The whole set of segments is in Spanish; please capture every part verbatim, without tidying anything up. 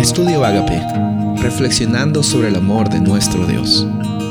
Estudio Ágape, reflexionando sobre el amor de nuestro Dios.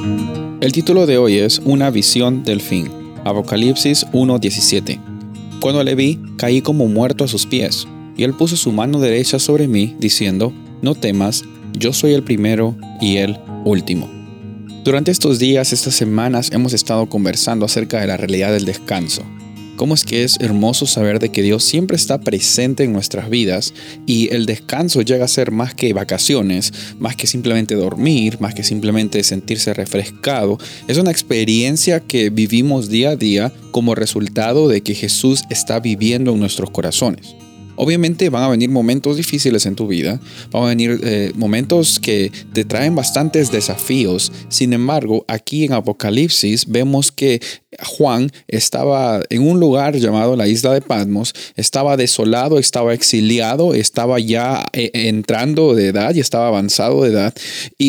El título de hoy es Una visión del fin. Apocalipsis uno diecisiete. Cuando le vi, caí como muerto a sus pies, y él puso su mano derecha sobre mí, diciendo: No temas, yo soy el primero y el último. Durante estos días, estas semanas, hemos estado conversando acerca de la realidad del descanso. Cómo es que es hermoso saber de que Dios siempre está presente en nuestras vidas y el descanso llega a ser más que vacaciones, más que simplemente dormir, más que simplemente sentirse refrescado. Es una experiencia que vivimos día a día como resultado de que Jesús está viviendo en nuestros corazones. Obviamente van a venir momentos difíciles en tu vida, van a venir eh, momentos que te traen bastantes desafíos. Sin embargo, aquí en Apocalipsis vemos que Juan estaba en un lugar llamado la isla de Patmos, estaba desolado, estaba exiliado, estaba ya eh, entrando de edad y estaba avanzado de edad.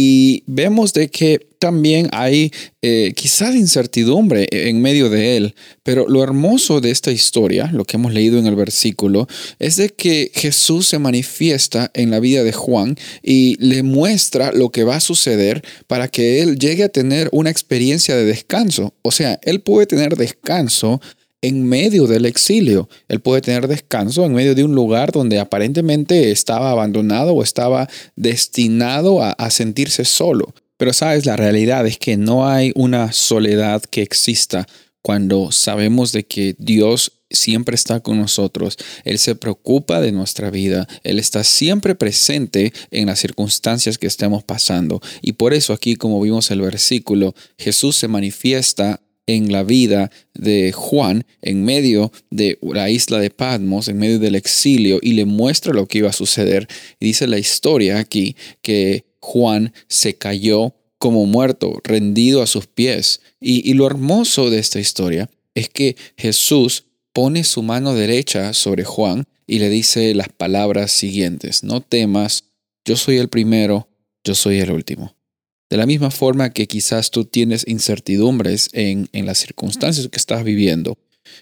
Y vemos de que también hay eh, quizás incertidumbre en medio de él, pero lo hermoso de esta historia, lo que hemos leído en el versículo, es de que Jesús se manifiesta en la vida de Juan y le muestra lo que va a suceder para que él llegue a tener una experiencia de descanso. O sea, él puede tener descanso en medio del exilio. Él puede tener descanso en medio de un lugar donde aparentemente estaba abandonado o estaba destinado a, a sentirse solo. Pero sabes, la realidad es que no hay una soledad que exista cuando sabemos de que Dios siempre está con nosotros. Él se preocupa de nuestra vida. Él está siempre presente en las circunstancias que estemos pasando. Y por eso aquí, como vimos el versículo, Jesús se manifiesta en la vida de Juan en medio de la isla de Patmos, en medio del exilio, y le muestra lo que iba a suceder. Y dice la historia aquí que Juan se cayó como muerto, rendido a sus pies. Y, y lo hermoso de esta historia es que Jesús pone su mano derecha sobre Juan y le dice las palabras siguientes: No temas, yo soy el primero, yo soy el último. De la misma forma que quizás tú tienes incertidumbres en, en las circunstancias que estás viviendo,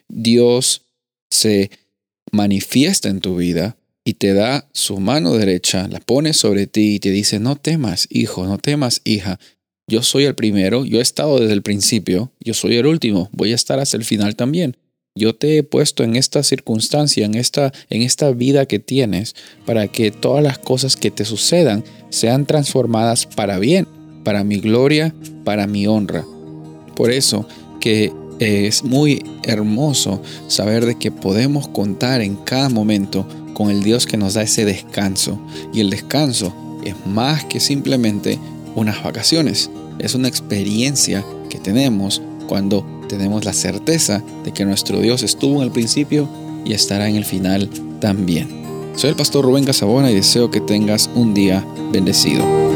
Dios se manifiesta en tu vida y te da su mano derecha, la pone sobre ti y te dice: No temas, hijo, no temas, hija. Yo soy el primero, yo he estado desde el principio, yo soy el último, voy a estar hasta el final también. Yo te he puesto en esta circunstancia, en esta, en esta vida que tienes, para que todas las cosas que te sucedan sean transformadas para bien, para mi gloria, para mi honra. Por eso que es muy hermoso saber de que podemos contar en cada momento con el Dios que nos da ese descanso. Y el descanso es más que simplemente unas vacaciones. Es una experiencia que tenemos cuando tenemos la certeza de que nuestro Dios estuvo en el principio y estará en el final también. Soy el pastor Rubén Casabona y deseo que tengas un día bendecido.